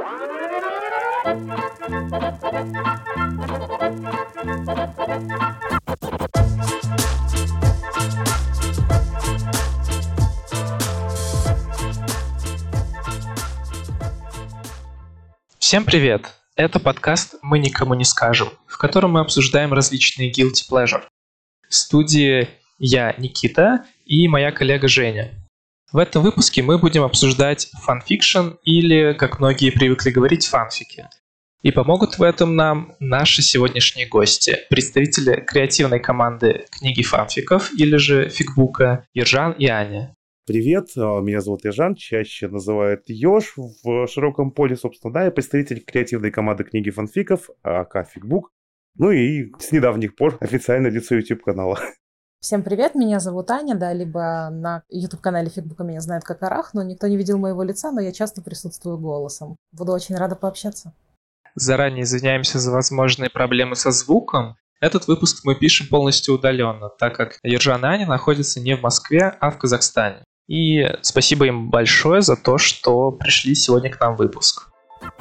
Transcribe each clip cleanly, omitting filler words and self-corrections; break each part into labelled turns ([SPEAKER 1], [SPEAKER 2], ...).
[SPEAKER 1] Всем привет! Это подкаст «Мы никому не скажем», в котором мы обсуждаем различные guilty pleasure. В студии я, Никита, и моя коллега Женя. В этом выпуске мы будем обсуждать фанфикшн или, как многие привыкли говорить, фанфики. И помогут в этом нам наши сегодняшние гости, представители креативной команды книги фанфиков или же фикбука Ержан и Аня.
[SPEAKER 2] Привет, меня зовут Ержан, чаще называют Ёж в широком поле, собственно, да, я представитель креативной команды книги фанфиков, АК Фикбук, ну и с недавних пор официальное лицо YouTube-канала.
[SPEAKER 3] Всем привет, меня зовут Аня, да, либо на YouTube-канале Фикбука меня знают как Арах, но никто не видел моего лица, но я часто присутствую голосом. Буду очень рада пообщаться.
[SPEAKER 1] Заранее извиняемся за возможные проблемы со звуком. Этот выпуск мы пишем полностью удаленно, так как Ержан и Аня находятся не в Москве, а в Казахстане. И спасибо им большое за то, что пришли сегодня к нам в выпуск.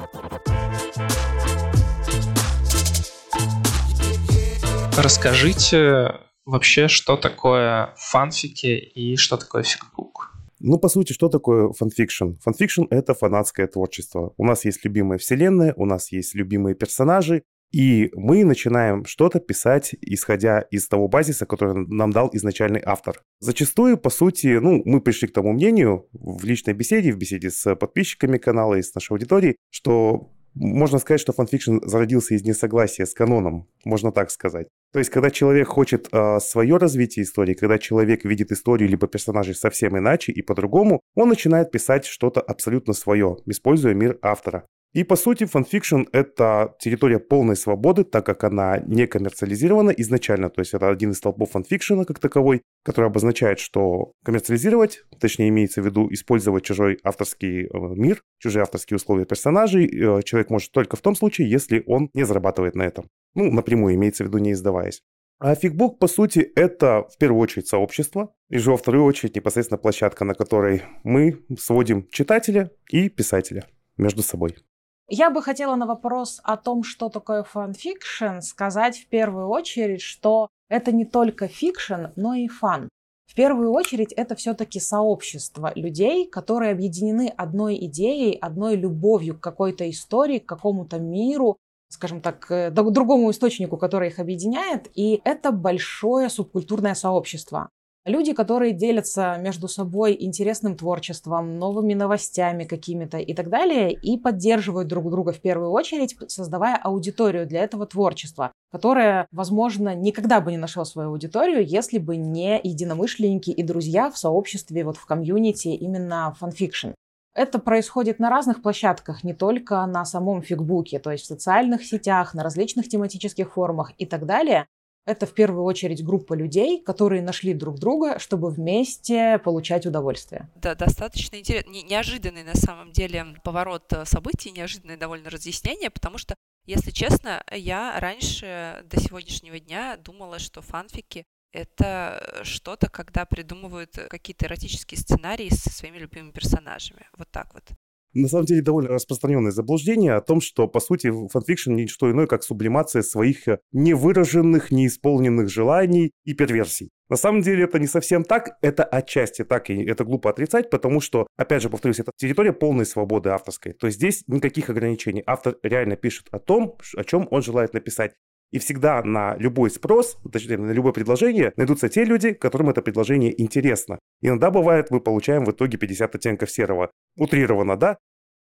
[SPEAKER 1] Расскажите вообще, что такое фанфики и что такое фикбук.
[SPEAKER 2] Ну, по сути, что такое фанфикшн? Фанфикшн — это фанатское творчество. У нас есть любимая вселенная, у нас есть любимые персонажи, и мы начинаем что-то писать, исходя из того базиса, который нам дал изначальный автор. Зачастую, по сути, мы пришли к тому мнению в личной беседе, в беседе с подписчиками канала и с нашей аудиторией, что можно сказать, что фанфикшн зародился из несогласия с каноном, можно так сказать. То есть, когда человек хочет свое развитие истории, когда человек видит историю либо персонажей совсем иначе и по-другому, он начинает писать что-то абсолютно свое, используя мир автора. И, по сути, фанфикшн — это территория полной свободы, так как она не коммерциализирована изначально. То есть это один из столпов фанфикшена как таковой, который обозначает, что коммерциализировать, точнее имеется в виду использовать чужой авторский мир, чужие авторские условия персонажей, человек может только в том случае, если он не зарабатывает на этом. Напрямую имеется в виду, не издаваясь. А фикбук, по сути, это в первую очередь сообщество, и же во вторую очередь непосредственно площадка, на которой мы сводим читателя и писателя между собой.
[SPEAKER 3] Я бы хотела на вопрос о том, что такое фанфикшн, сказать в первую очередь, что это не только фикшн, но и фан. В первую очередь это все-таки сообщество людей, которые объединены одной идеей, одной любовью к какой-то истории, к какому-то миру, скажем так, к другому источнику, который их объединяет. И это большое субкультурное сообщество. Люди, которые делятся между собой интересным творчеством, новыми новостями какими-то и так далее, и поддерживают друг друга в первую очередь, создавая аудиторию для этого творчества, которое, возможно, никогда бы не нашло свою аудиторию, если бы не единомышленники и друзья в сообществе, в комьюнити именно фанфикшн. Это происходит на разных площадках, не только на самом фикбуке, то есть в социальных сетях, на различных тематических форумах и так далее. Это в первую очередь группа людей, которые нашли друг друга, чтобы вместе получать удовольствие.
[SPEAKER 4] Да, достаточно неожиданный на самом деле поворот событий, неожиданное довольно разъяснение, потому что, если честно, я раньше до сегодняшнего дня думала, что фанфики — это что-то, когда придумывают какие-то эротические сценарии со своими любимыми персонажами. Вот так вот.
[SPEAKER 2] На самом деле довольно распространенное заблуждение о том, что, по сути, фанфикшн не что иное, как сублимация своих невыраженных, неисполненных желаний и перверсий. На самом деле это не совсем так, это отчасти так, и это глупо отрицать, потому что, опять же, повторюсь, это территория полной свободы авторской. То есть здесь никаких ограничений. Автор реально пишет о том, о чем он желает написать. И всегда на любой спрос, точнее, на любое предложение найдутся те люди, которым это предложение интересно. Иногда бывает, мы получаем в итоге 50 оттенков серого. Утрированно, да?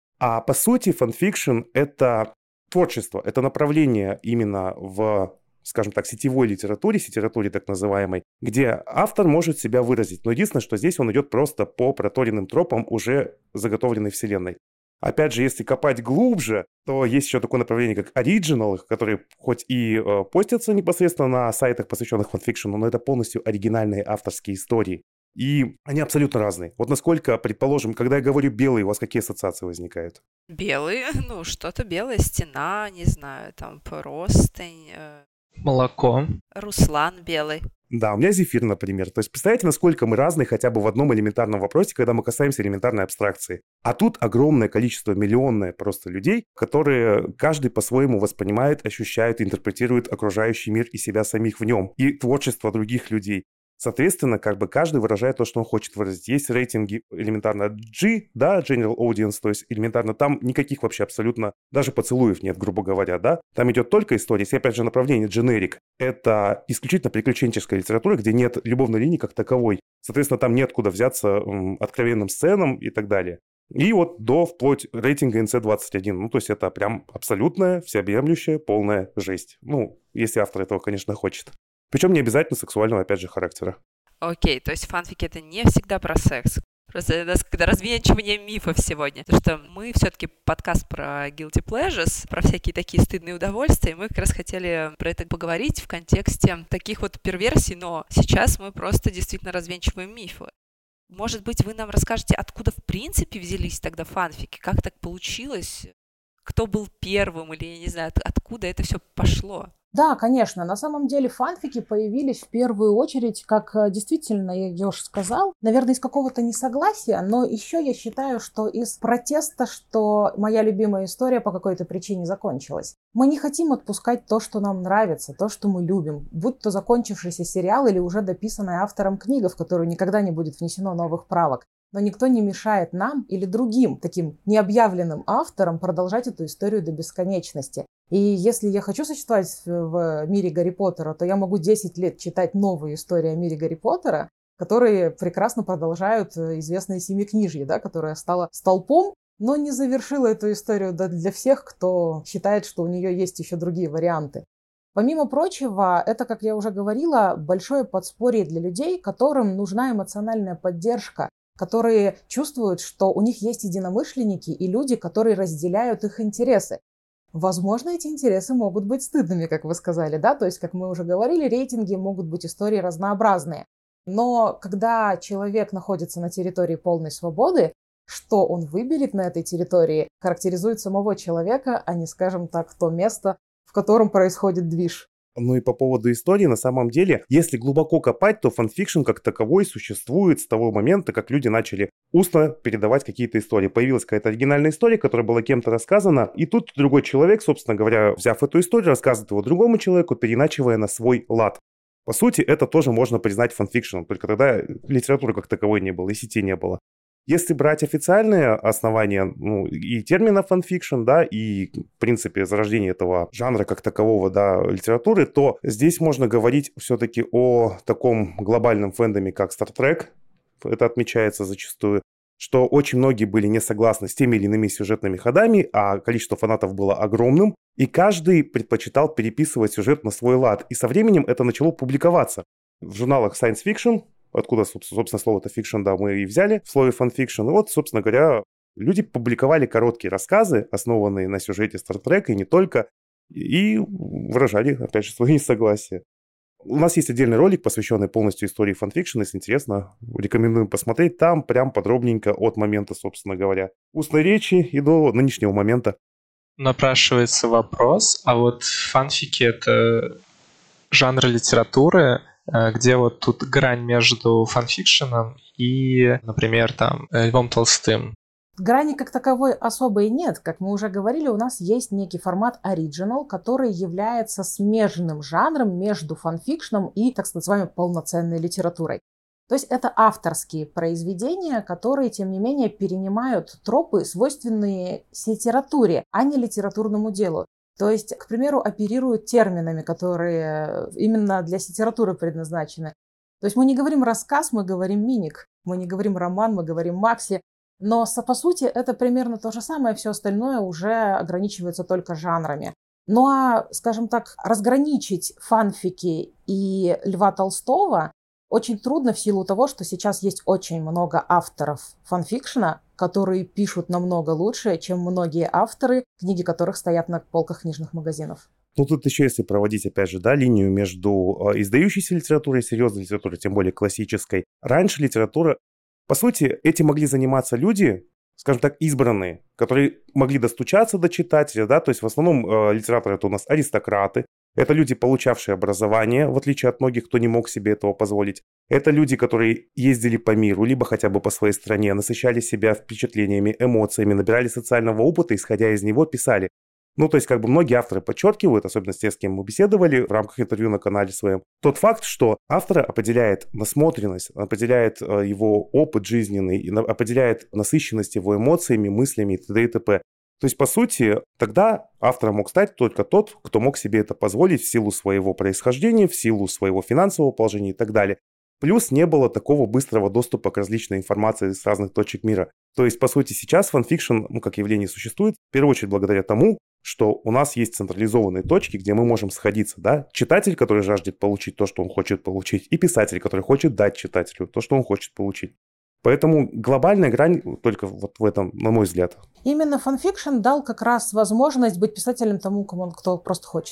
[SPEAKER 2] А по сути, фанфикшн — это творчество, это направление именно в, скажем так, сетевой литературе так называемой, где автор может себя выразить. Но единственное, что здесь он идет просто по проторенным тропам уже заготовленной вселенной. Опять же, если копать глубже, то есть еще такое направление, как оригиналы, которые хоть и постятся непосредственно на сайтах, посвященных фанфикшену, но это полностью оригинальные авторские истории. И они абсолютно разные. Вот насколько, предположим, когда я говорю белый, у вас какие ассоциации возникают?
[SPEAKER 4] Белый, что-то белое, стена, не знаю, там простынь.
[SPEAKER 1] Молоко.
[SPEAKER 4] Руслан белый.
[SPEAKER 2] Да, у меня Зефир, например. То есть представляете, насколько мы разные хотя бы в одном элементарном вопросе, когда мы касаемся элементарной абстракции. А тут огромное количество, миллионное просто людей, которые каждый по-своему воспринимает, ощущает, интерпретирует окружающий мир и себя самих в нем, и творчество других людей. Соответственно, как бы каждый выражает то, что он хочет выразить. Есть рейтинги элементарно G, да, General Audience, то есть элементарно там никаких вообще абсолютно, даже поцелуев нет, грубо говоря, да. Там идет только история. Если, опять же, направление Generic, это исключительно приключенческая литература, где нет любовной линии как таковой. Соответственно, там нет куда взяться откровенным сценам и так далее. И вот до вплоть рейтинга NC-21. Ну, то есть это прям абсолютная, всеобъемлющая, полная жесть. Ну, если автор этого, конечно, хочет. Причем не обязательно сексуального, опять же, характера.
[SPEAKER 4] Окей, то есть фанфики это не всегда про секс. Просто это развенчивание мифов сегодня. Потому что мы все-таки подкаст про guilty pleasures, про всякие такие стыдные удовольствия, и мы как раз хотели про это поговорить в контексте таких вот перверсий, но сейчас мы просто действительно развенчиваем мифы. Может быть, вы нам расскажете, откуда в принципе взялись тогда фанфики? Как так получилось? Кто был первым? Или, я не знаю, откуда это все пошло?
[SPEAKER 3] Да, конечно. На самом деле фанфики появились в первую очередь, как действительно я уже сказал, наверное, из какого-то несогласия, но еще я считаю, что из протеста, что моя любимая история по какой-то причине закончилась. Мы не хотим отпускать то, что нам нравится, то, что мы любим, будь то закончившийся сериал или уже дописанная автором книга, в которую никогда не будет внесено новых правок. Но никто не мешает нам или другим таким необъявленным авторам продолжать эту историю до бесконечности. И если я хочу существовать в мире Гарри Поттера, то я могу 10 лет читать новые истории о мире Гарри Поттера, которые прекрасно продолжают известные семикнижье, да, которая стала столпом, но не завершила эту историю для всех, кто считает, что у нее есть еще другие варианты. Помимо прочего, это, как я уже говорила, большое подспорье для людей, которым нужна эмоциональная поддержка, которые чувствуют, что у них есть единомышленники и люди, которые разделяют их интересы. Возможно, эти интересы могут быть стыдными, как вы сказали, да, то есть, как мы уже говорили, рейтинги могут быть истории разнообразные. Но когда человек находится на территории полной свободы, что он выберет на этой территории, характеризует самого человека, а не, скажем так, то место, в котором происходит движ.
[SPEAKER 2] Ну и по поводу истории, на самом деле, если глубоко копать, то фанфикшн как таковой существует с того момента, как люди начали устно передавать какие-то истории. Появилась какая-то оригинальная история, которая была кем-то рассказана, и тут другой человек, собственно говоря, взяв эту историю, рассказывает его другому человеку, переиначивая на свой лад. По сути, это тоже можно признать фанфикшеном, только тогда литературы как таковой не было, и сети не было. Если брать официальные основания, ну, и термина фанфикшн, да, и, в принципе, зарождение этого жанра как такового, да, литературы, то здесь можно говорить все-таки о таком глобальном фэндоме, как Star Trek. Это отмечается зачастую, что очень многие были не согласны с теми или иными сюжетными ходами, а количество фанатов было огромным, и каждый предпочитал переписывать сюжет на свой лад. И со временем это начало публиковаться в журналах Science Fiction, откуда, собственно, слово-то fiction, да, мы и взяли в слове fanfiction. И вот, собственно говоря, люди публиковали короткие рассказы, основанные на сюжете Star Trek, и не только, и выражали, опять же, свое несогласие. У нас есть отдельный ролик, посвященный полностью истории фанфикшн, если интересно, рекомендуем посмотреть. Там прям подробненько от момента, собственно говоря, устной речи и до нынешнего момента.
[SPEAKER 1] Напрашивается вопрос, а вот фанфики — это жанр литературы, где вот тут грань между фанфикшеном и, например, там, Львом Толстым?
[SPEAKER 3] Грани как таковой особой нет. Как мы уже говорили, у нас есть некий формат оригинал, который является смежным жанром между фанфикшном и, так называемой, полноценной литературой. То есть это авторские произведения, которые, тем не менее, перенимают тропы, свойственные литературе, а не литературному делу. То есть, к примеру, оперируют терминами, которые именно для литературы предназначены. То есть мы не говорим рассказ, мы говорим миник, мы не говорим роман, мы говорим макси. Но, по сути, это примерно то же самое, все остальное уже ограничивается только жанрами. Ну а, скажем так, разграничить фанфики и Льва Толстого очень трудно в силу того, что сейчас есть очень много авторов фанфикшена, которые пишут намного лучше, чем многие авторы, книги которых стоят на полках книжных магазинов.
[SPEAKER 2] Ну, тут еще, если проводить, опять же, да, линию между издающейся литературой и серьезной литературой, тем более классической. Раньше литература, по сути, этим могли заниматься люди, скажем так, избранные, которые могли достучаться до читателя, да, то есть в основном литераторы это у нас аристократы, это люди, получавшие образование, в отличие от многих, кто не мог себе этого позволить. Это люди, которые ездили по миру, либо хотя бы по своей стране, насыщали себя впечатлениями, эмоциями, набирали социального опыта, исходя из него, писали. Ну, то есть, как бы многие авторы подчеркивают, особенно с тем, с кем мы беседовали в рамках интервью на канале своем, тот факт, что автора определяет насмотренность, определяет его опыт жизненный, определяет насыщенность его эмоциями, мыслями и т.д. и т.п. То есть, по сути, тогда автором мог стать только тот, кто мог себе это позволить в силу своего происхождения, в силу своего финансового положения и так далее. Плюс не было такого быстрого доступа к различной информации с разных точек мира. То есть, по сути, сейчас фанфикшн, как явление, существует, в первую очередь благодаря тому, что у нас есть централизованные точки, где мы можем сходиться, да? Читатель, который жаждет получить то, что он хочет получить, и писатель, который хочет дать читателю то, что он хочет получить. Поэтому глобальная грань только вот в этом, на мой взгляд.
[SPEAKER 3] Именно фанфикшн дал как раз возможность быть писателем тому, кто просто хочет.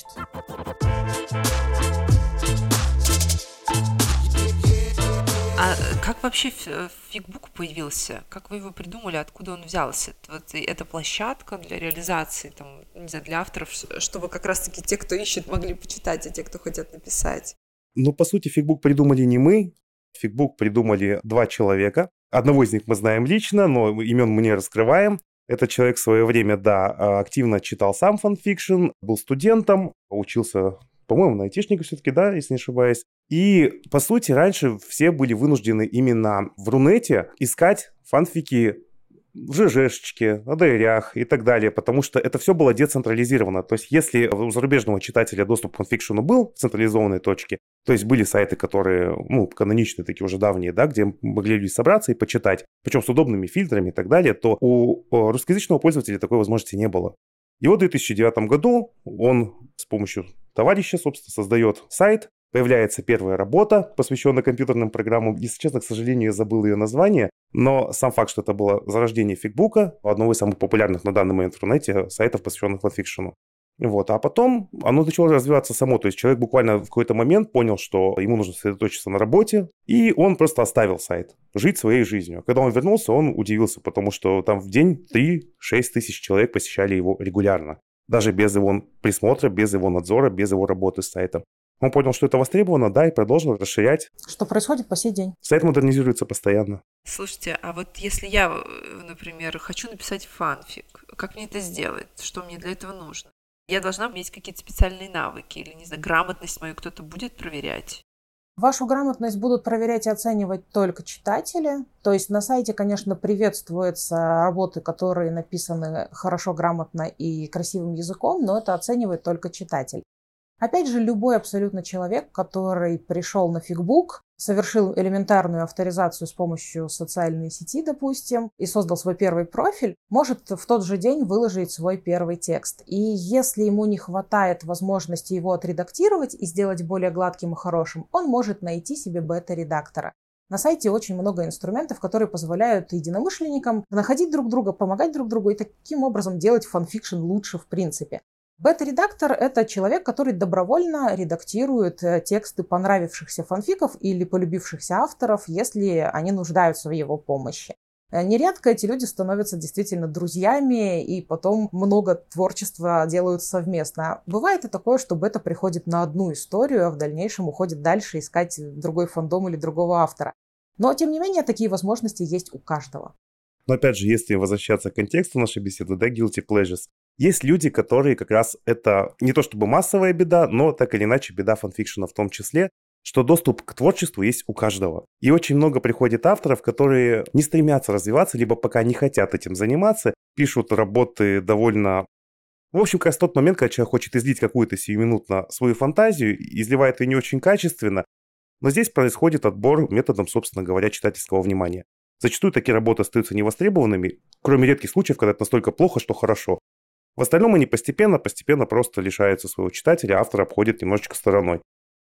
[SPEAKER 4] А как вообще фигбук появился? Как вы его придумали? Откуда он взялся? Вот это площадка для реализации, там, не знаю, для авторов, чтобы как раз-таки те, кто ищет, могли почитать, а те, кто хотят написать.
[SPEAKER 2] Ну, по сути, фигбук придумали не мы. Фигбук придумали 2 человека. Одного из них мы знаем лично, но имен мы не раскрываем. Этот человек в свое время, да, активно читал сам фанфикшн, был студентом, учился, по-моему, на айтишника все-таки, да, если не ошибаюсь. И, по сути, раньше все были вынуждены именно в Рунете искать фанфики в ЖЖшечке, на дайрях и так далее, потому что это все было децентрализировано. То есть если у зарубежного читателя доступ к фанфикшену был в централизованной точке, то есть были сайты, которые, каноничные, такие уже давние, да, где могли люди собраться и почитать, причем с удобными фильтрами и так далее, то у русскоязычного пользователя такой возможности не было. И вот в 2009 году он с помощью товарища, собственно, создает сайт. Появляется первая работа, посвященная компьютерным программам. Если честно, к сожалению, я забыл ее название, но сам факт, что это было зарождение фигбука, одного из самых популярных на данный момент в интернете сайтов, посвященных фанфикшену. Вот. А потом оно начало развиваться само. То есть человек буквально в какой-то момент понял, что ему нужно сосредоточиться на работе, и он просто оставил сайт, жить своей жизнью. Когда он вернулся, он удивился, потому что там в день 3-6 тысяч человек посещали его регулярно. Даже без его присмотра, без его надзора, без его работы с сайтом. Он понял, что это востребовано, да, и продолжил расширять.
[SPEAKER 3] Что происходит по сей день.
[SPEAKER 2] Сайт модернизируется постоянно.
[SPEAKER 4] Слушайте, а вот если я, например, хочу написать фанфик, как мне это сделать? Что мне для этого нужно? Я должна иметь какие-то специальные навыки или, не знаю, грамотность мою кто-то будет проверять?
[SPEAKER 3] Вашу грамотность будут проверять и оценивать только читатели. То есть на сайте, конечно, приветствуются работы, которые написаны хорошо, грамотно и красивым языком, но это оценивает только читатель. Опять же, любой абсолютно человек, который пришел на фигбук, совершил элементарную авторизацию с помощью социальной сети, допустим, и создал свой первый профиль, может в тот же день выложить свой первый текст. И если ему не хватает возможности его отредактировать и сделать более гладким и хорошим, он может найти себе бета-редактора. На сайте очень много инструментов, которые позволяют единомышленникам находить друг друга, помогать друг другу и таким образом делать фанфикшн лучше в принципе. Бета-редактор – это человек, который добровольно редактирует тексты понравившихся фанфиков или полюбившихся авторов, если они нуждаются в его помощи. Нередко эти люди становятся действительно друзьями и потом много творчества делают совместно. Бывает и такое, что бета приходит на одну историю, а в дальнейшем уходит дальше искать другой фандом или другого автора. Но, тем не менее, такие возможности есть у каждого.
[SPEAKER 2] Но опять же, если возвращаться к контексту нашей беседы, да, guilty pleasures, есть люди, которые как раз это не то чтобы массовая беда, но так или иначе беда фанфикшена в том числе, что доступ к творчеству есть у каждого. И очень много приходит авторов, которые не стремятся развиваться, либо пока не хотят этим заниматься, пишут работы довольно... В общем, как раз тот момент, когда человек хочет излить какую-то сиюминутно свою фантазию, изливает ее не очень качественно, но здесь происходит отбор методом, собственно говоря, читательского внимания. Зачастую такие работы остаются невостребованными, кроме редких случаев, когда это настолько плохо, что хорошо. В остальном они постепенно просто лишаются своего читателя, а автор обходит немножечко стороной.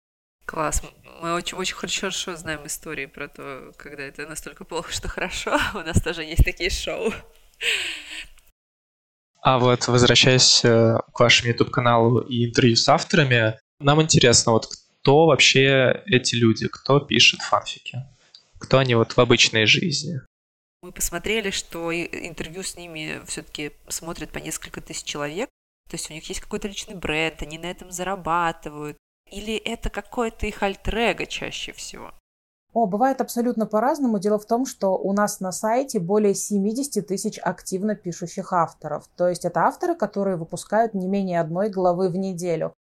[SPEAKER 4] Класс. Мы очень хорошо знаем истории про то, когда это настолько плохо, что хорошо. У нас тоже есть такие шоу.
[SPEAKER 1] А вот возвращаясь к вашему YouTube-каналу и интервью с авторами, нам интересно, вот кто вообще эти люди, кто пишет фанфики? Кто они вот в обычной жизни?
[SPEAKER 4] Мы посмотрели, что интервью с ними все-таки смотрят по несколько тысяч человек, то есть у них есть какой-то личный бренд, они на этом зарабатывают, или это какое-то их альтер-эго чаще всего?
[SPEAKER 3] Бывает абсолютно по-разному. Дело в том, что у нас на сайте более 70 тысяч активно пишущих авторов. То есть это авторы, которые выпускают не менее одной главы в неделю.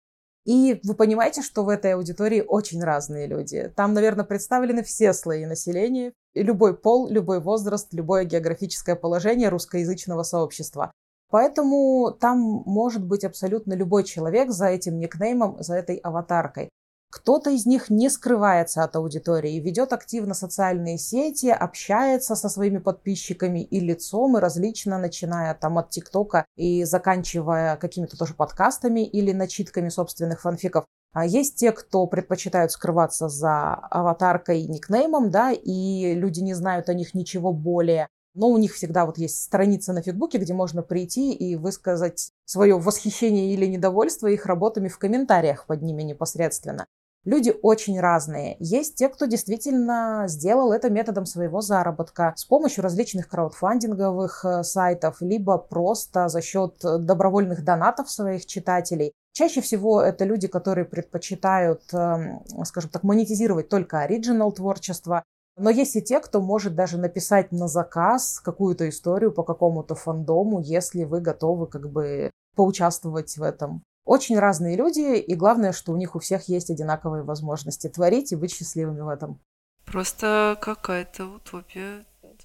[SPEAKER 3] И вы понимаете, что в этой аудитории очень разные люди. Там, наверное, представлены все слои населения, и любой пол, любой возраст, любое географическое положение русскоязычного сообщества. Поэтому там может быть абсолютно любой человек за этим никнеймом, за этой аватаркой. Кто-то из них не скрывается от аудитории, ведет активно социальные сети, общается со своими подписчиками и лицом, и различно, начиная там от ТикТока и заканчивая какими-то тоже подкастами или начитками собственных фанфиков. А есть те, кто предпочитают скрываться за аватаркой и никнеймом, да, и люди не знают о них ничего более. Но у них всегда вот есть страница на Фейсбуке, где можно прийти и высказать свое восхищение или недовольство их работами в комментариях под ними непосредственно. Люди очень разные. Есть те, кто действительно сделал это методом своего заработка с помощью различных краудфандинговых сайтов, либо просто за счет добровольных донатов своих читателей. Чаще всего это люди, которые предпочитают, скажем так, монетизировать только оригинал творчество. Но есть и те, кто может даже написать на заказ какую-то историю по какому-то фандому, если вы готовы как бы поучаствовать в этом. Очень разные люди, и главное, что у них у всех есть одинаковые возможности творить и быть счастливыми в этом.
[SPEAKER 4] Просто какая-то утопия,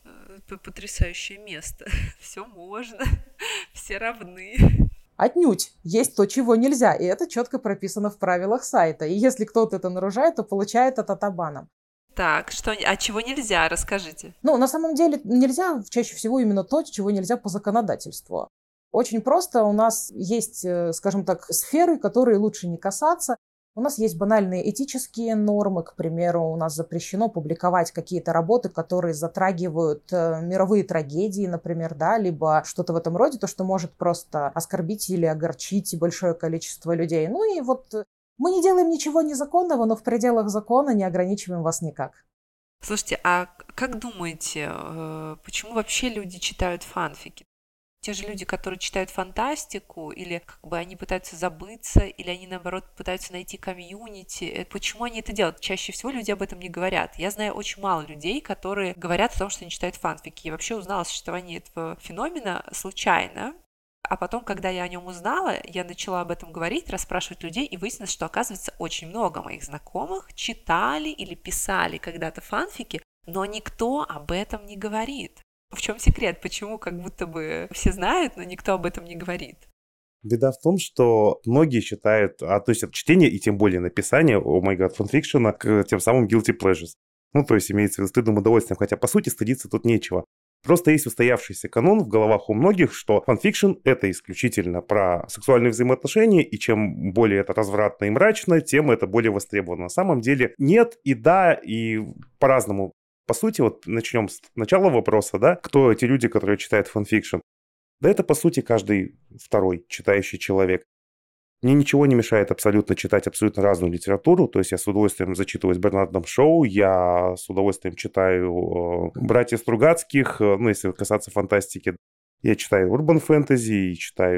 [SPEAKER 4] потрясающее место. Все можно, все равны.
[SPEAKER 3] Отнюдь. Есть то, чего нельзя, и это четко прописано в правилах сайта. И если кто-то это нарушает, то получает это табаном.
[SPEAKER 4] Так, а чего нельзя? Расскажите.
[SPEAKER 3] На самом деле нельзя чаще всего именно то, чего нельзя по законодательству. Очень просто. У нас есть, скажем так, сферы, которые лучше не касаться. У нас есть банальные этические нормы. К примеру, у нас запрещено публиковать какие-то работы, которые затрагивают мировые трагедии, например, да, либо что-то в этом роде, то, что может просто оскорбить или огорчить большое количество людей. И вот мы не делаем ничего незаконного, но в пределах закона не ограничиваем вас никак.
[SPEAKER 4] Слушайте, а как думаете, почему вообще люди читают фанфики? Те же люди, которые читают фантастику, или как бы они пытаются забыться, или они, наоборот, пытаются найти комьюнити. Почему они это делают? Чаще всего люди об этом не говорят. Я знаю очень мало людей, которые говорят о том, что они читают фанфики. Я вообще узнала о существовании этого феномена случайно. А потом, когда я о нем узнала, я начала об этом говорить, расспрашивать людей, и выяснилось, что, оказывается, очень много моих знакомых читали или писали когда-то фанфики, но никто об этом не говорит. В чем секрет? Почему как будто бы все знают, но никто об этом не говорит?
[SPEAKER 2] Беда в том, что многие считают, то есть чтение и тем более написание, фанфикшена, тем самым guilty pleasures. То есть имеется в виду стыдным удовольствием, хотя по сути стыдиться тут нечего. Просто есть устоявшийся канон в головах у многих, что фанфикшн — это исключительно про сексуальные взаимоотношения, и чем более это развратно и мрачно, тем это более востребовано. На самом деле нет и да, и по-разному. По сути, вот начнем с начала вопроса, да, кто эти люди, которые читают фанфикшн? Да это, по сути, каждый второй читающий человек. Мне ничего не мешает абсолютно читать абсолютно разную литературу, то есть я с удовольствием зачитываюсь Бернардом Шоу, я с удовольствием читаю «Братьев Стругацких», если касаться фантастики, я читаю урбан фэнтези,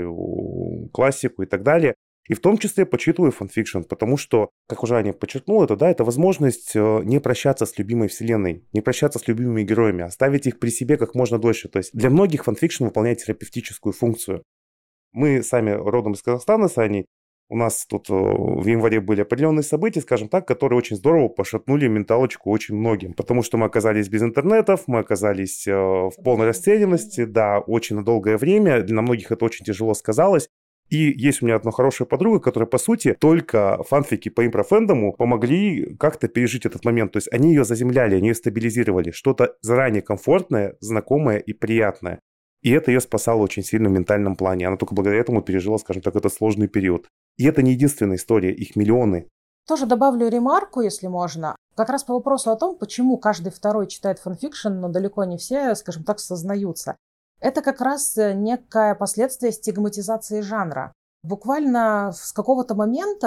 [SPEAKER 2] читаю классику и так далее. И в том числе почитываю фанфикшн, потому что, как уже Аня подчеркнула, это возможность не прощаться с любимой вселенной, не прощаться с любимыми героями, оставить их при себе как можно дольше. То есть для многих фанфикшн выполняет терапевтическую функцию. Мы сами родом из Казахстана с Аней. У нас тут в январе были определенные события, скажем так, которые очень здорово пошатнули менталочку очень многим. Потому что мы оказались без интернетов, мы оказались в полной растерянности, да, очень на долгое время. Для многих это очень тяжело сказалось. И есть у меня одна хорошая подруга, которая, по сути, только фанфики по импрофэндому помогли как-то пережить этот момент. То есть они ее заземляли, они ее стабилизировали. Что-то заранее комфортное, знакомое и приятное. И это ее спасало очень сильно в ментальном плане. Она только благодаря этому пережила, скажем так, этот сложный период. И это не единственная история, их миллионы.
[SPEAKER 3] Тоже добавлю ремарку, если можно. Как раз по вопросу о том, почему каждый второй читает фанфикшн, но далеко не все, скажем так, сознаются. Это как раз некое последствие стигматизации жанра. Буквально с какого-то момента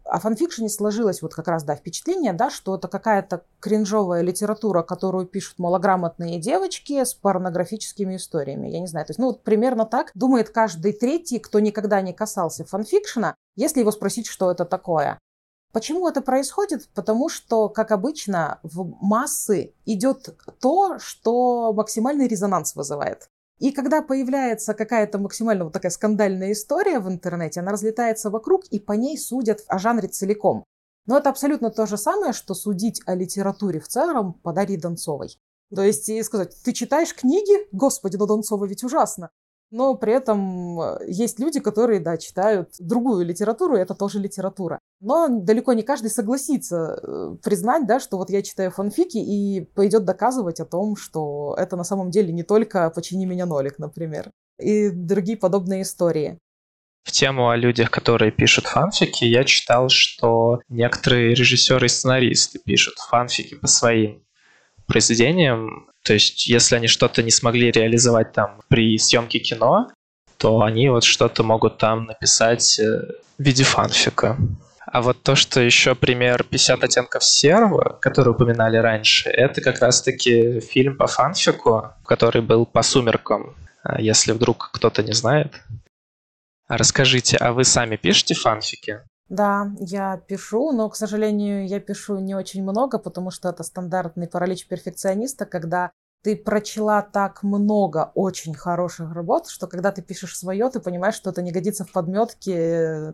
[SPEAKER 3] о фанфикшене сложилось вот как раз, да, впечатление, да, что это какая-то кринжовая литература, которую пишут малограмотные девочки с порнографическими историями. Я не знаю, то есть, ну, вот примерно так думает каждый третий, кто никогда не касался фанфикшена, если его спросить, что это такое. Почему это происходит? Потому что, как обычно, в массы идет то, что максимальный резонанс вызывает. И когда появляется какая-то максимально вот такая скандальная история в интернете, она разлетается вокруг, и по ней судят о жанре целиком. Но это абсолютно то же самое, что судить о литературе в целом по Дарье Донцовой. То есть и сказать, ты читаешь книги? Господи, но Донцова ведь ужасно. Но при этом есть люди, которые, да, читают другую литературу, и это тоже литература. Но далеко не каждый согласится признать, да, что вот я читаю фанфики и пойдет доказывать о том, что это на самом деле не только «Почини меня, Нолик», например, и другие подобные истории.
[SPEAKER 1] В тему о людях, которые пишут фанфики, я читал, что некоторые режиссеры и сценаристы пишут фанфики по своим произведениям. То есть, если они что-то не смогли реализовать там при съемке кино, то они вот что-то могут там написать в виде фанфика. А вот то, что еще пример «50 оттенков серого», который упоминали раньше, это как раз-таки фильм по фанфику, который был по «Сумеркам», если вдруг кто-то не знает. Расскажите, а вы сами пишете фанфики?
[SPEAKER 3] Да, я пишу, но, к сожалению, я пишу не очень много, потому что это стандартный паралич перфекциониста, когда ты прочла так много очень хороших работ, что когда ты пишешь свое, ты понимаешь, что это не годится в подметке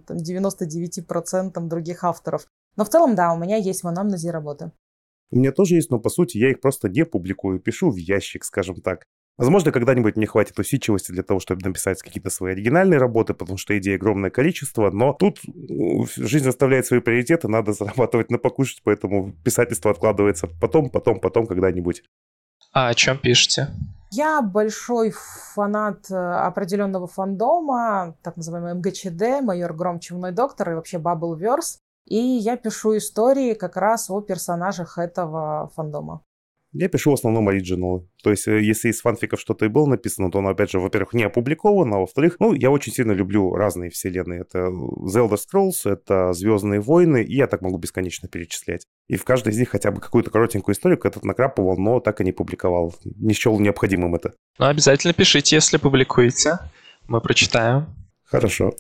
[SPEAKER 3] 99% других авторов. Но в целом, да, у меня есть в анамнезе работы.
[SPEAKER 2] У меня тоже есть, но по сути я их просто не публикую, пишу в ящик, скажем так. Возможно, когда-нибудь мне хватит усидчивости для того, чтобы написать какие-то свои оригинальные работы, потому что идей огромное количество, но тут жизнь расставляет свои приоритеты, надо зарабатывать на покушать, поэтому писательство откладывается потом, когда-нибудь.
[SPEAKER 1] А о чем пишете?
[SPEAKER 3] Я большой фанат определенного фандома, так называемый МГЧД, «Майор Гром, Чумной доктор» и вообще Bubbleverse. И я пишу истории как раз о персонажах этого фандома.
[SPEAKER 2] Я пишу в основном оригиналы. То есть, если из фанфиков что-то и было написано, то оно, опять же, во-первых, не опубликовано, а во-вторых, я очень сильно люблю разные вселенные. Это The Elder Scrolls, это Звездные войны, и я так могу бесконечно перечислять. И в каждой из них хотя бы какую-то коротенькую историю когда-то накрапывал, но так и не публиковал. Не счел необходимым это.
[SPEAKER 1] Ну, обязательно пишите, если публикуете. Мы прочитаем.
[SPEAKER 2] Хорошо.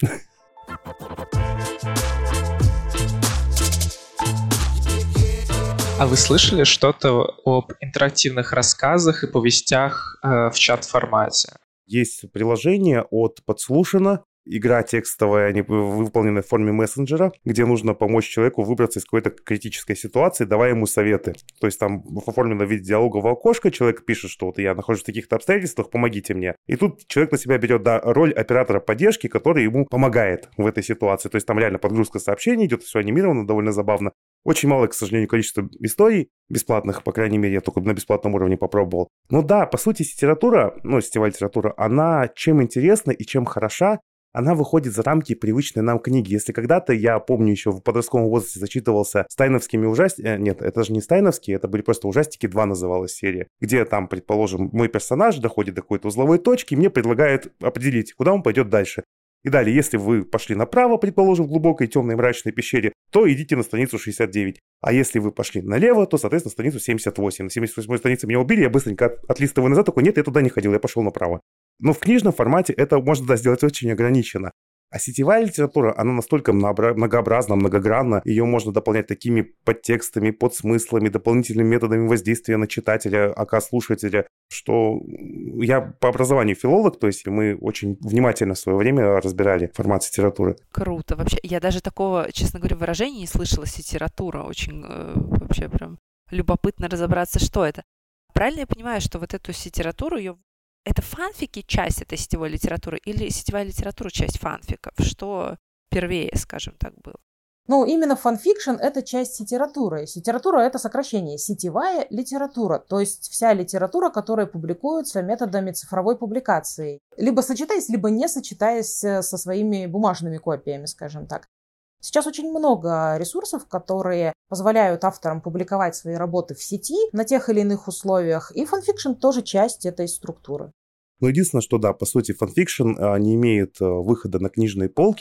[SPEAKER 1] А вы слышали что-то об интерактивных рассказах и повестях в чат-формате?
[SPEAKER 2] Есть приложение от Подслушано, игра текстовая, выполненная в форме мессенджера, где нужно помочь человеку выбраться из какой-то критической ситуации, давая ему советы. То есть там оформлено в виде диалогового окошка, человек пишет, что вот я нахожусь в таких-то обстоятельствах, помогите мне. И тут человек на себя берет, да, роль оператора поддержки, который ему помогает в этой ситуации. То есть там реально подгрузка сообщений идет, все анимировано, довольно забавно. Очень мало, к сожалению, количество историй бесплатных, по крайней мере, я только на бесплатном уровне попробовал. Но да, по сути, сетевая литература, она чем интересна и чем хороша, она выходит за рамки привычной нам книги. Если когда-то, я помню, еще в подростковом возрасте зачитывался стайновскими ужастиками... Нет, это же не стайновские, это были просто ужастики 2 называлась серия, где там, предположим, мой персонаж доходит до какой-то узловой точки, и мне предлагают определить, куда он пойдет дальше. И далее, если вы пошли направо, предположим, в глубокой темной мрачной пещере, то идите на страницу 69. А если вы пошли налево, то, соответственно, на страницу 78. На 78-й странице меня убили, я быстренько отлистываю назад, такой, нет, я туда не ходил, я пошел направо. Но в книжном формате это можно сделать очень ограниченно. А сетевая литература, она настолько многообразна, многогранна, ее можно дополнять такими подтекстами, подсмыслами, дополнительными методами воздействия на читателя, слушателя, что я по образованию филолог, то есть мы очень внимательно в свое время разбирали формат литературы.
[SPEAKER 4] Круто. Вообще, я даже такого, честно говоря, выражения не слышала, литература. Очень вообще прям любопытно разобраться, что это. Правильно я понимаю, что вот эту литературу, это фанфики часть этой сетевой литературы или сетевая литература часть фанфиков? Что первее, скажем так, было?
[SPEAKER 3] Именно фанфикшн – это часть литературы. Литература – это сокращение. Сетевая литература, то есть вся литература, которая публикуется методами цифровой публикации. Либо сочетаясь, либо не сочетаясь со своими бумажными копиями, скажем так. Сейчас очень много ресурсов, которые позволяют авторам публиковать свои работы в сети на тех или иных условиях, и фанфикшн тоже часть этой структуры.
[SPEAKER 2] Но единственное, что да, по сути, фанфикшн не имеет выхода на книжные полки,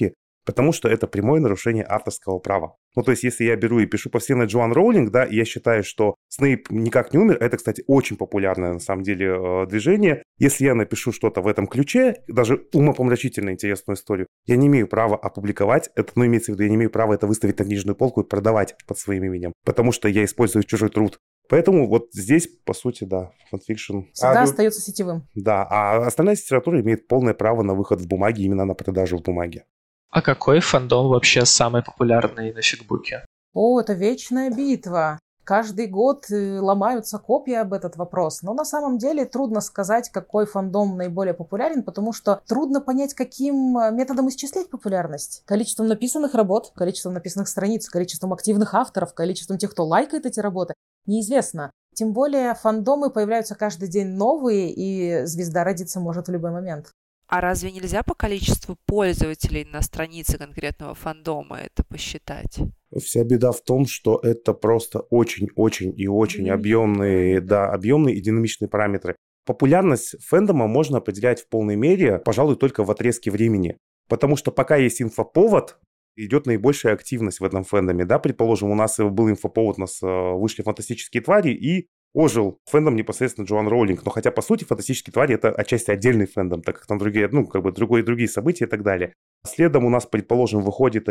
[SPEAKER 2] потому что это прямое нарушение авторского права. Ну, то есть, если я беру и пишу по вселенной Джоан Роулинг, да, и я считаю, что Снейп никак не умер, это, кстати, очень популярное, на самом деле, движение. Если я напишу что-то в этом ключе, даже умопомрачительно интересную историю, я не имею права опубликовать это, ну, имеется в виду, я не имею права это выставить на книжную полку и продавать под своим именем, потому что я использую чужой труд. Поэтому вот здесь, по сути, да, фанфикшн...
[SPEAKER 3] Всегда остается сетевым.
[SPEAKER 2] Да, а остальная литература имеет полное право на выход в бумаге, именно на продажу в бумаге.
[SPEAKER 1] А какой фандом вообще самый популярный на фигбуке?
[SPEAKER 3] О, это вечная битва. Каждый год ломаются копья об этот вопрос. Но на самом деле трудно сказать, какой фандом наиболее популярен, потому что трудно понять, каким методом исчислять популярность. Количеством написанных работ, количеством написанных страниц, количеством активных авторов, количеством тех, кто лайкает эти работы, неизвестно. Тем более фандомы появляются каждый день новые, и звезда родиться может в любой момент.
[SPEAKER 4] А разве нельзя по количеству пользователей на странице конкретного фандома это посчитать?
[SPEAKER 2] Вся беда в том, что это просто очень-очень и очень объемные и динамичные параметры. Популярность фэндома можно определять в полной мере, пожалуй, только в отрезке времени. Потому что пока есть инфоповод, идет наибольшая активность в этом фэндоме. Да? Предположим, у нас был инфоповод, у нас вышли фантастические твари, и ожил фэндом непосредственно Джоан Роулинг. Но хотя, по сути, фантастические твари — это отчасти отдельный фэндом, так как там другие, другие события и так далее. Следом у нас, предположим, выходит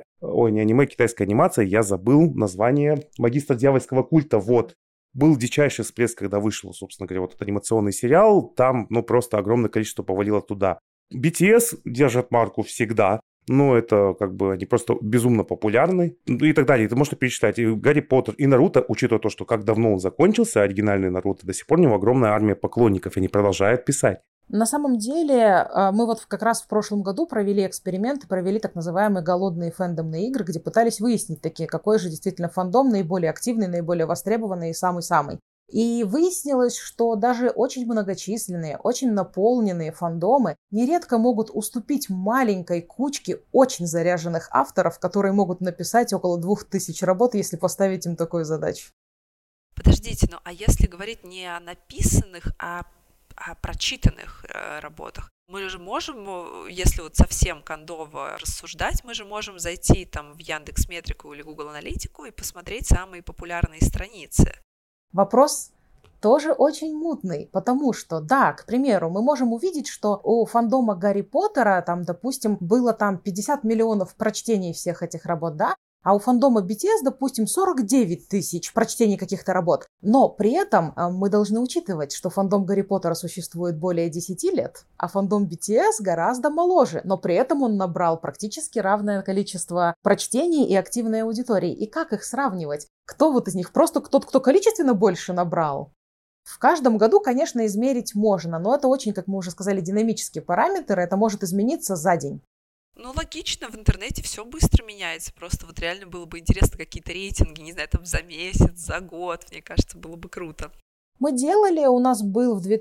[SPEAKER 2] китайская анимация, я забыл название, «Магистр дьявольского культа», вот. Был дичайший всплеск, когда вышел, собственно говоря, вот этот анимационный сериал, там, просто огромное количество повалило туда. BTS держат марку всегда, но это они просто безумно популярны, и так далее. Это можно перечислять. И Гарри Поттер, и Наруто, учитывая то, что как давно он закончился, оригинальный Наруто, до сих пор у него огромная армия поклонников, и они продолжают писать.
[SPEAKER 3] На самом деле, мы вот как раз в прошлом году провели эксперимент, провели так называемые голодные фэндомные игры, где пытались выяснить какой же действительно фандом наиболее активный, наиболее востребованный и самый-самый. И выяснилось, что даже очень многочисленные, очень наполненные фандомы нередко могут уступить маленькой кучке очень заряженных авторов, которые могут написать около 2000 работ, если поставить им такую задачу.
[SPEAKER 4] Подождите, а если говорить не о написанных, а о прочитанных работах, мы же можем, если вот совсем кондово рассуждать, мы же можем зайти там в Яндекс.Метрику или Google Аналитику и посмотреть самые популярные страницы.
[SPEAKER 3] Вопрос тоже очень мутный, потому что, да, к примеру, мы можем увидеть, что у фандома Гарри Поттера, там, допустим, было 50 миллионов прочтений всех этих работ, да, а у фандома BTS, допустим, 49 тысяч прочтений каких-то работ. Но при этом мы должны учитывать, что фандом Гарри Поттера существует более 10 лет, а фандом BTS гораздо моложе, но при этом он набрал практически равное количество прочтений и активной аудитории. И как их сравнивать? Кто вот из них? Просто тот, кто количественно больше набрал? В каждом году, конечно, измерить можно, но это очень, как мы уже сказали, динамический параметр, это может измениться за день.
[SPEAKER 4] Логично, в интернете все быстро меняется, просто вот реально было бы интересно какие-то рейтинги, не знаю, там за месяц, за год, мне кажется, было бы круто.
[SPEAKER 3] Мы делали, у нас был в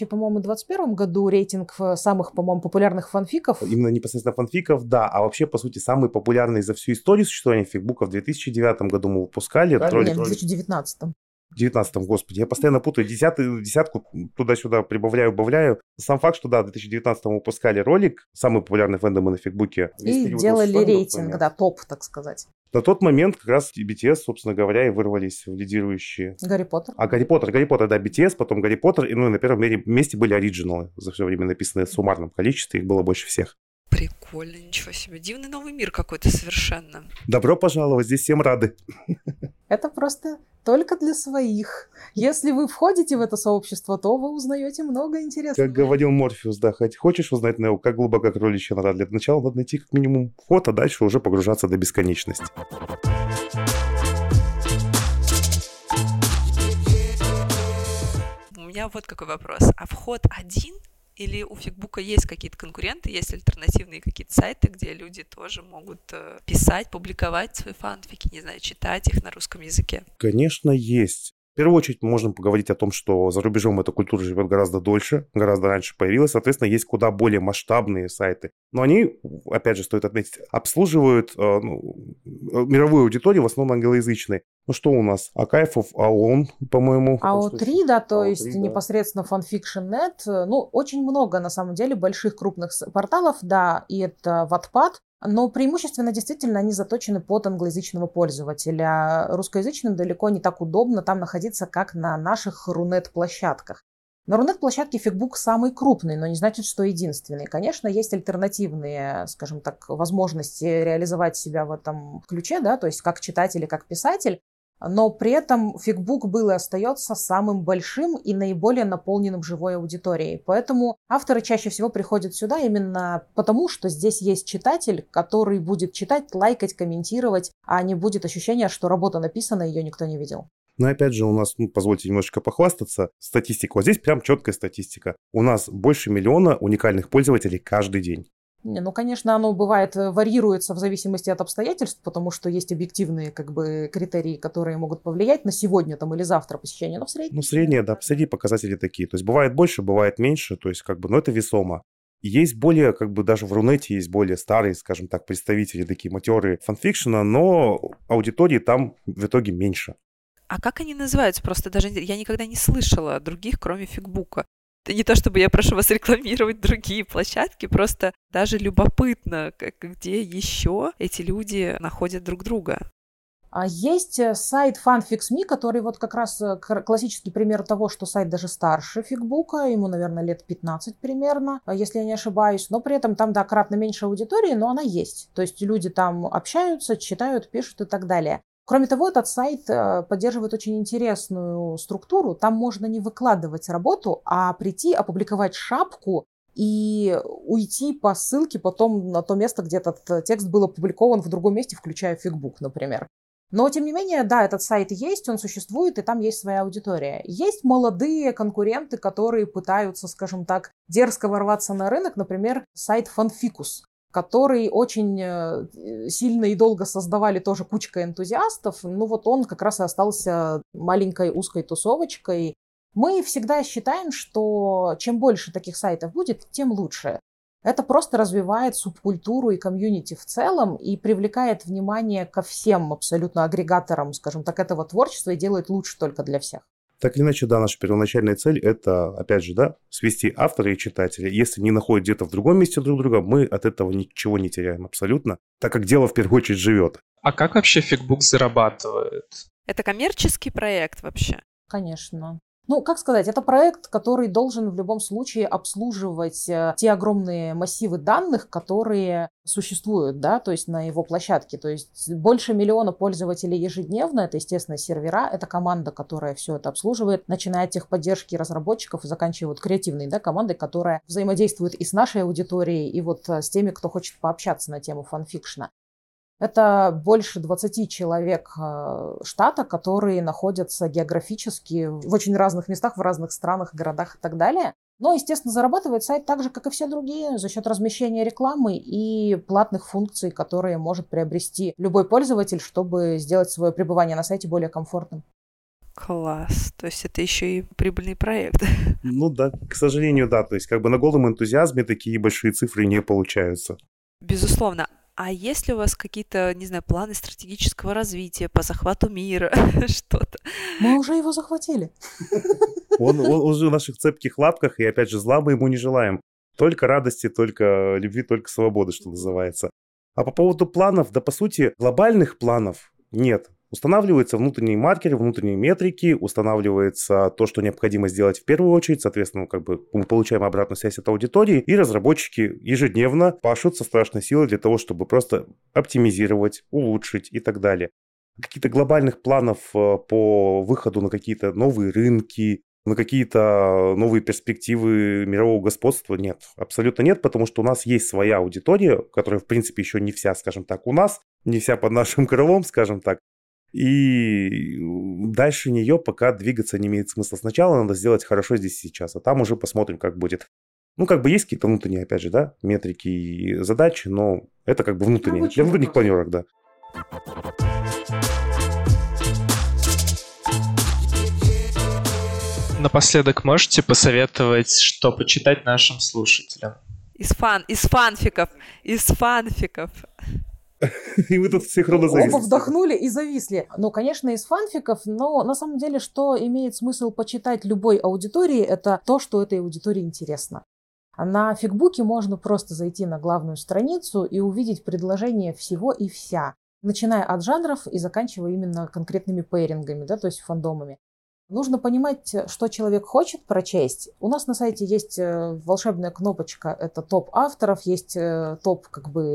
[SPEAKER 3] 2021 году рейтинг самых, по-моему, популярных фанфиков.
[SPEAKER 2] Именно непосредственно фанфиков, да, а вообще, по сути, самый популярный за всю историю существования фигбука в 2009 году мы выпускали.
[SPEAKER 3] Нет, в 2019.
[SPEAKER 2] В 19-м, господи, я постоянно путаю десятку, туда-сюда прибавляю, убавляю. Сам факт, что, да, в 2019-м выпускали ролик, самый популярный фэндом на фигбуке.
[SPEAKER 3] И делали рейтинг, да, топ, так сказать.
[SPEAKER 2] На тот момент как раз BTS, собственно говоря, и вырвались в лидирующие...
[SPEAKER 3] Гарри Поттер.
[SPEAKER 2] Гарри Поттер, да, BTS, потом Гарри Поттер, и, на первом месте были оригиналы, за все время написанные в суммарном количестве, их было больше всех.
[SPEAKER 4] Прикольно, ничего себе. Дивный новый мир какой-то совершенно.
[SPEAKER 2] Добро пожаловать, здесь всем рады.
[SPEAKER 3] Это просто только для своих. Если вы входите в это сообщество, то вы узнаете много интересного.
[SPEAKER 2] Как говорил Морфеус, да, хочешь узнать, Нео, как глубоко кроличья нора? Для начала надо найти как минимум вход, а дальше уже погружаться до бесконечности.
[SPEAKER 4] У меня вот какой вопрос. А вход один? Или у фигбука есть какие-то конкуренты, есть альтернативные какие-то сайты, где люди тоже могут писать, публиковать свои фанфики, не знаю, читать их на русском языке?
[SPEAKER 2] Конечно, есть. В первую очередь мы можем поговорить о том, что за рубежом эта культура живет гораздо дольше, гораздо раньше появилась. Соответственно, есть куда более масштабные сайты. Но они, опять же, стоит отметить, обслуживают мировую аудиторию, в основном англоязычной. Что у нас? Акаев, АОН, по-моему.
[SPEAKER 3] АО3, да, то есть непосредственно Fanfiction.net. Очень много, на самом деле, больших крупных порталов, да, и это Wattpad. Но преимущественно действительно они заточены под англоязычного пользователя. Русскоязычным далеко не так удобно там находиться, как на наших Рунет-площадках. На Рунет-площадке фигбук самый крупный, но не значит, что единственный. Конечно, есть альтернативные, скажем так, возможности реализовать себя в этом ключе, да, то есть как читатель и как писатель. Но при этом фигбук был и остается самым большим и наиболее наполненным живой аудиторией. Поэтому авторы чаще всего приходят сюда именно потому, что здесь есть читатель, который будет читать, лайкать, комментировать, а не будет ощущения, что работа написана, ее никто не видел.
[SPEAKER 2] Но опять же у нас, позвольте немножечко похвастаться, статистика. Вот здесь прям четкая статистика. У нас больше 1 миллиона уникальных пользователей каждый день.
[SPEAKER 3] Ну, конечно, оно бывает, варьируется в зависимости от обстоятельств, потому что есть объективные критерии, которые могут повлиять на сегодня там, или завтра посещение, но в среднем...
[SPEAKER 2] Ну, средние, да, средние показатели такие. То есть бывает больше, бывает меньше, то есть но это весомо. И есть более, даже в Рунете есть более старые, скажем так, представители, такие матерые фанфикшена, но аудитории там в итоге меньше.
[SPEAKER 4] А как они называются? Просто даже я никогда не слышала других, кроме фигбука. Не то чтобы я прошу вас рекламировать другие площадки, просто даже любопытно, где еще эти люди находят друг друга.
[SPEAKER 3] А есть сайт FanFix.me, который вот как раз классический пример того, что сайт даже старше фигбука, ему, наверное, лет 15 примерно, если я не ошибаюсь, но при этом там, да, кратно меньше аудитории, но она есть. То есть люди там общаются, читают, пишут и так далее. Кроме того, этот сайт поддерживает очень интересную структуру. Там можно не выкладывать работу, а прийти, опубликовать шапку и уйти по ссылке потом на то место, где этот текст был опубликован в другом месте, включая фигбук, например. Но, тем не менее, да, этот сайт есть, он существует, и там есть своя аудитория. Есть молодые конкуренты, которые пытаются, скажем так, дерзко ворваться на рынок, например, сайт Fanficus, который очень сильно и долго создавали тоже кучка энтузиастов. Ну вот он как раз и остался маленькой узкой тусовочкой. Мы всегда считаем, что чем больше таких сайтов будет, тем лучше. Это просто развивает субкультуру и комьюнити в целом и привлекает внимание ко всем абсолютно агрегаторам, скажем так, этого творчества и делает лучше только для всех.
[SPEAKER 2] Так или иначе, да, наша первоначальная цель – это, опять же, да, свести автора и читателя. Если не находят где-то в другом месте друг друга, мы от этого ничего не теряем абсолютно, так как дело в первую очередь живет.
[SPEAKER 1] А как вообще фигбук зарабатывает?
[SPEAKER 4] Это коммерческий проект вообще?
[SPEAKER 3] Конечно. Ну, как сказать, это проект, который должен в любом случае обслуживать те огромные массивы данных, которые существуют, да, то есть на его площадке. То есть больше 1 миллиона пользователей ежедневно, это, естественно, сервера, это команда, которая все это обслуживает, начиная от техподдержки разработчиков и заканчивая вот креативной, да, командой, которая взаимодействует и с нашей аудиторией, и вот с теми, кто хочет пообщаться на тему фанфикшена. Это больше 20 человек штата, которые находятся географически в очень разных местах, в разных странах, городах и так далее. Но, естественно, зарабатывает сайт так же, как и все другие, за счет размещения рекламы и платных функций, которые может приобрести любой пользователь, чтобы сделать свое пребывание на сайте более комфортным.
[SPEAKER 4] Класс. То есть это еще и прибыльный проект.
[SPEAKER 2] Ну да, к сожалению, да. То есть на голом энтузиазме такие большие цифры не получаются.
[SPEAKER 4] Безусловно. А есть ли у вас какие-то, не знаю, планы стратегического развития по захвату мира, что-то?
[SPEAKER 3] Мы уже его захватили.
[SPEAKER 2] Он уже в наших цепких лапках, и опять же, зла мы ему не желаем. Только радости, только любви, только свободы, что называется. А по поводу планов, да по сути, глобальных планов нет. Устанавливаются внутренние маркеры, внутренние метрики, устанавливается то, что необходимо сделать в первую очередь. Соответственно, мы получаем обратную связь от аудитории, и разработчики ежедневно пашут со страшной силой для того, чтобы просто оптимизировать, улучшить и так далее. Каких-то глобальных планов по выходу на какие-то новые рынки, на какие-то новые перспективы мирового господства нет. Абсолютно нет, потому что у нас есть своя аудитория, которая, в принципе, еще не вся, скажем так, у нас, не вся под нашим крылом, скажем так. И дальше нее пока двигаться не имеет смысла. Сначала надо сделать хорошо здесь и сейчас, а там уже посмотрим, как будет. Ну, есть какие-то внутренние, опять же, да, метрики и задачи, но это внутренние, для внутренних планерок, да.
[SPEAKER 1] Напоследок можете посоветовать, что почитать нашим слушателям?
[SPEAKER 4] Из фанфиков.
[SPEAKER 2] И мы тут синхронно зависли.
[SPEAKER 3] Оба вдохнули и зависли. Ну, конечно, из фанфиков, но на самом деле, что имеет смысл почитать любой аудитории, это то, что этой аудитории интересно. На фигбуке можно просто зайти на главную страницу и увидеть предложение всего и вся, начиная от жанров и заканчивая именно конкретными пейрингами, да, то есть фандомами. Нужно понимать, что человек хочет прочесть. У нас на сайте есть волшебная кнопочка, это топ авторов, есть топ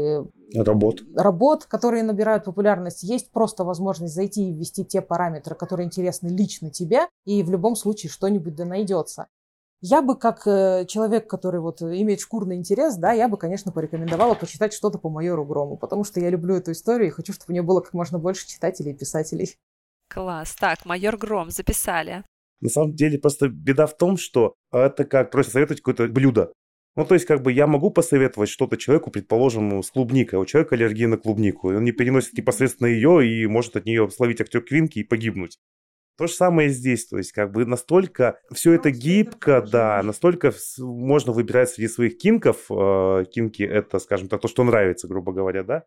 [SPEAKER 3] работ, которые набирают популярность. Есть просто возможность зайти и ввести те параметры, которые интересны лично тебе, и в любом случае что-нибудь да найдется. Я бы, как человек, который вот имеет шкурный интерес, да, я бы, конечно, порекомендовала почитать что-то по майору Грому, потому что я люблю эту историю и хочу, чтобы у нее было как можно больше читателей и писателей.
[SPEAKER 4] Класс. Так, майор Гром, записали.
[SPEAKER 2] На самом деле просто беда в том, что это как просто советовать какое-то блюдо. Ну, то есть, я могу посоветовать что-то человеку, предположим, с клубникой, а у человека аллергия на клубнику, и он не переносит непосредственно ее и может от нее словить актер-квинки и погибнуть. То же самое здесь, то есть настолько все это гибко, да, настолько можно выбирать среди своих кинков, кинки это, скажем так, то, что нравится, грубо говоря, да,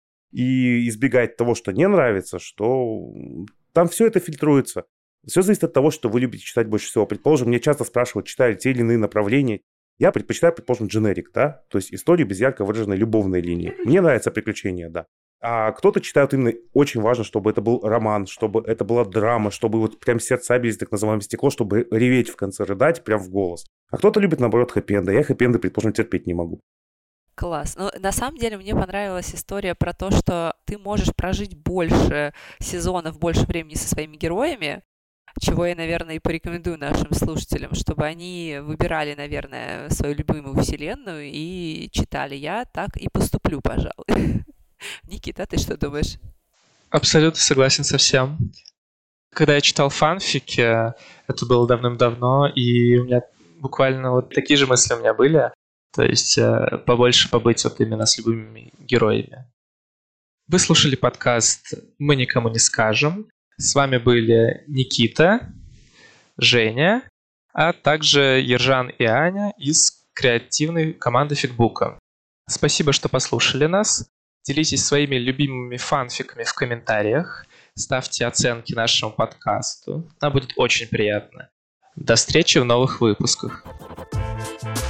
[SPEAKER 2] и избегать того, что не нравится, что там все это фильтруется. Все зависит от того, что вы любите читать больше всего. Предположим, меня часто спрашивают, читали те или иные направления. Я предпочитаю, предположим, дженерик, да, то есть историю без ярко выраженной любовной линии. Мне нравятся приключения, да. А кто-то читает именно, очень важно, чтобы это был роман, чтобы это была драма, чтобы вот прям сердца бились, так называемое стекло, чтобы реветь в конце, рыдать прям в голос. А кто-то любит, наоборот, хэппи-энды. Я хэппи-энды, предположим, терпеть не могу.
[SPEAKER 4] Класс. Ну, на самом деле, мне понравилась история про то, что ты можешь прожить больше сезонов, больше времени со своими героями, чего я, наверное, и порекомендую нашим слушателям, чтобы они выбирали, наверное, свою любимую вселенную и читали. Я так и поступлю, пожалуй. Никита, ты что думаешь?
[SPEAKER 1] Абсолютно согласен со всем. Когда я читал фанфики, это было давным-давно, и у меня буквально вот такие же мысли у меня были. То есть побольше побыть вот именно с любыми героями. Вы слушали подкаст «Мы никому не скажем». С вами были Никита, Женя, а также Ержан и Аня из креативной команды Фигбука. Спасибо, что послушали нас. Делитесь своими любимыми фанфиками в комментариях. Ставьте оценки нашему подкасту. Нам будет очень приятно. До встречи в новых выпусках.